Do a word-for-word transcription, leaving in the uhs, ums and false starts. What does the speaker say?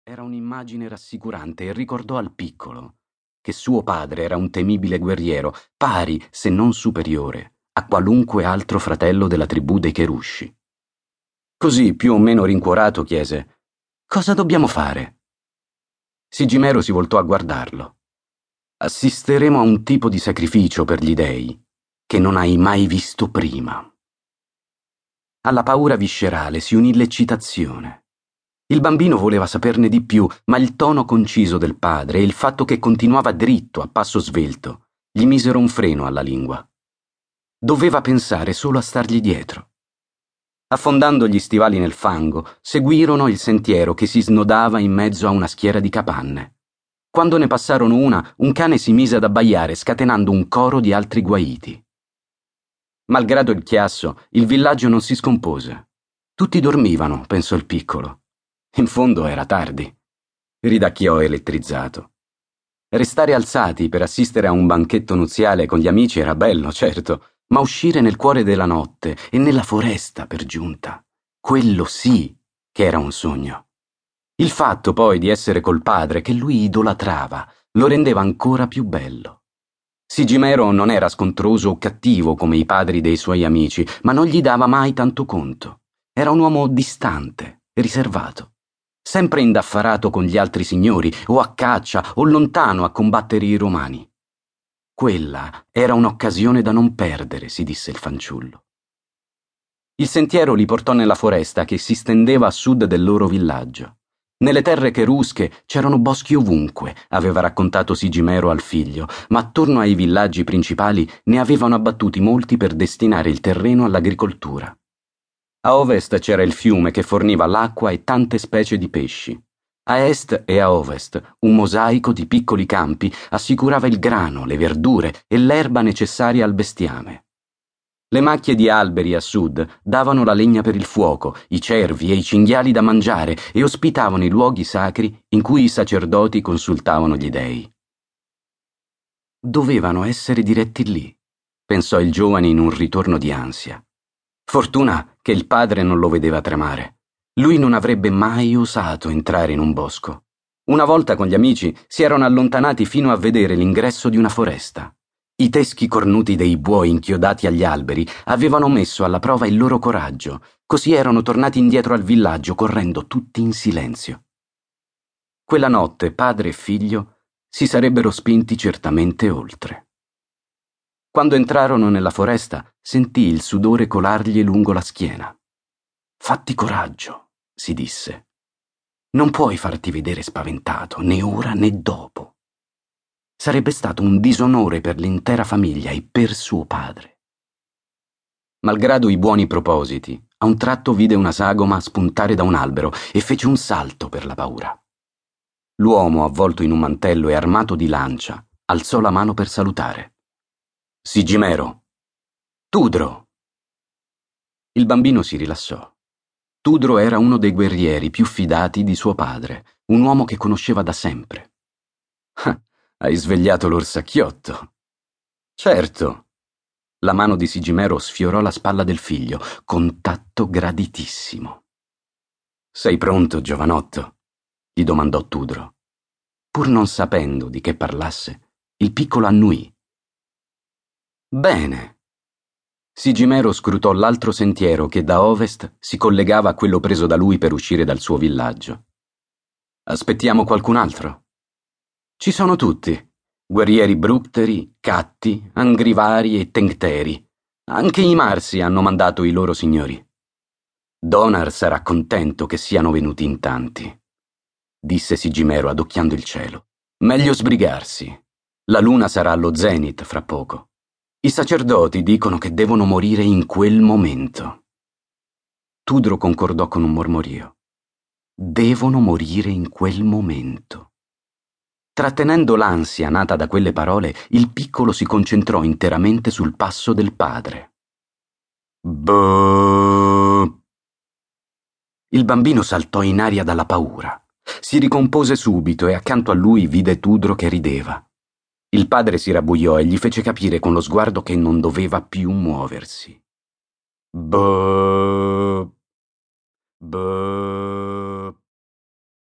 Era un'immagine rassicurante e ricordò al piccolo che suo padre era un temibile guerriero, pari, se non superiore, a qualunque altro fratello della tribù dei Cherushi. Così, più o meno rincuorato, chiese: «Cosa dobbiamo fare?» Sigimero si voltò a guardarlo. «Assisteremo a un tipo di sacrificio per gli dei che non hai mai visto prima». Alla paura viscerale si unì l'eccitazione. Il bambino voleva saperne di più, ma il tono conciso del padre e il fatto che continuava dritto a passo svelto gli misero un freno alla lingua. Doveva pensare solo a stargli dietro. Affondando gli stivali nel fango, seguirono il sentiero che si snodava in mezzo a una schiera di capanne. Quando ne passarono una, un cane si mise ad abbaiare, scatenando un coro di altri guaiti. Malgrado il chiasso, il villaggio non si scompose. Tutti dormivano, pensò il piccolo. In fondo era tardi. Ridacchiò elettrizzato. Restare alzati per assistere a un banchetto nuziale con gli amici era bello, certo, ma uscire nel cuore della notte e nella foresta per giunta, quello sì che era un sogno. Il fatto poi di essere col padre che lui idolatrava lo rendeva ancora più bello. Sigimero non era scontroso o cattivo come i padri dei suoi amici, ma non gli dava mai tanto conto. Era un uomo distante, riservato, sempre indaffarato con gli altri signori, o a caccia, o lontano a combattere i romani. Quella era un'occasione da non perdere, si disse il fanciullo. Il sentiero li portò nella foresta che si stendeva a sud del loro villaggio. Nelle terre cherusche c'erano boschi ovunque, aveva raccontato Sigimero al figlio, ma attorno ai villaggi principali ne avevano abbattuti molti per destinare il terreno all'agricoltura. A ovest c'era il fiume che forniva l'acqua e tante specie di pesci. A est e a ovest un mosaico di piccoli campi assicurava il grano, le verdure e l'erba necessaria al bestiame. Le macchie di alberi a sud davano la legna per il fuoco, i cervi e i cinghiali da mangiare e ospitavano i luoghi sacri in cui i sacerdoti consultavano gli dei. Dovevano essere diretti lì, pensò il giovane in un ritorno di ansia. Fortuna che il padre non lo vedeva tremare. Lui non avrebbe mai osato entrare in un bosco. Una volta con gli amici si erano allontanati fino a vedere l'ingresso di una foresta. I teschi cornuti dei buoi inchiodati agli alberi avevano messo alla prova il loro coraggio, così erano tornati indietro al villaggio correndo tutti in silenzio. Quella notte padre e figlio si sarebbero spinti certamente oltre. Quando entrarono nella foresta, sentì il sudore colargli lungo la schiena. «Fatti coraggio», si disse. «Non puoi farti vedere spaventato, né ora né dopo. Sarebbe stato un disonore per l'intera famiglia e per suo padre». Malgrado i buoni propositi, a un tratto vide una sagoma spuntare da un albero e fece un salto per la paura. L'uomo, avvolto in un mantello e armato di lancia, alzò la mano per salutare. «Sigimero! Tudro!» Il bambino si rilassò. Tudro era uno dei guerrieri più fidati di suo padre, un uomo che conosceva da sempre. «Ah, hai svegliato l'orsacchiotto!» «Certo!» La mano di Sigimero sfiorò la spalla del figlio, contatto graditissimo. «Sei pronto, giovanotto?» gli domandò Tudro. Pur non sapendo di che parlasse, il piccolo annuì. «Bene!» Sigimero scrutò l'altro sentiero che da ovest si collegava a quello preso da lui per uscire dal suo villaggio. «Aspettiamo qualcun altro?» «Ci sono tutti. Guerrieri brutteri, catti, angrivari e tencteri. Anche i marsi hanno mandato i loro signori. Donar sarà contento che siano venuti in tanti», disse Sigimero adocchiando il cielo. «Meglio sbrigarsi. La luna sarà allo zenit fra poco. I sacerdoti dicono che devono morire in quel momento». Tudro concordò con un mormorio. Devono morire in quel momento. Trattenendo l'ansia nata da quelle parole, il piccolo si concentrò interamente sul passo del padre. Boh! Il bambino saltò in aria dalla paura. Si ricompose subito e accanto a lui vide Tudro che rideva. Il padre si rabbuiò e gli fece capire con lo sguardo che non doveva più muoversi. Boh! Boh!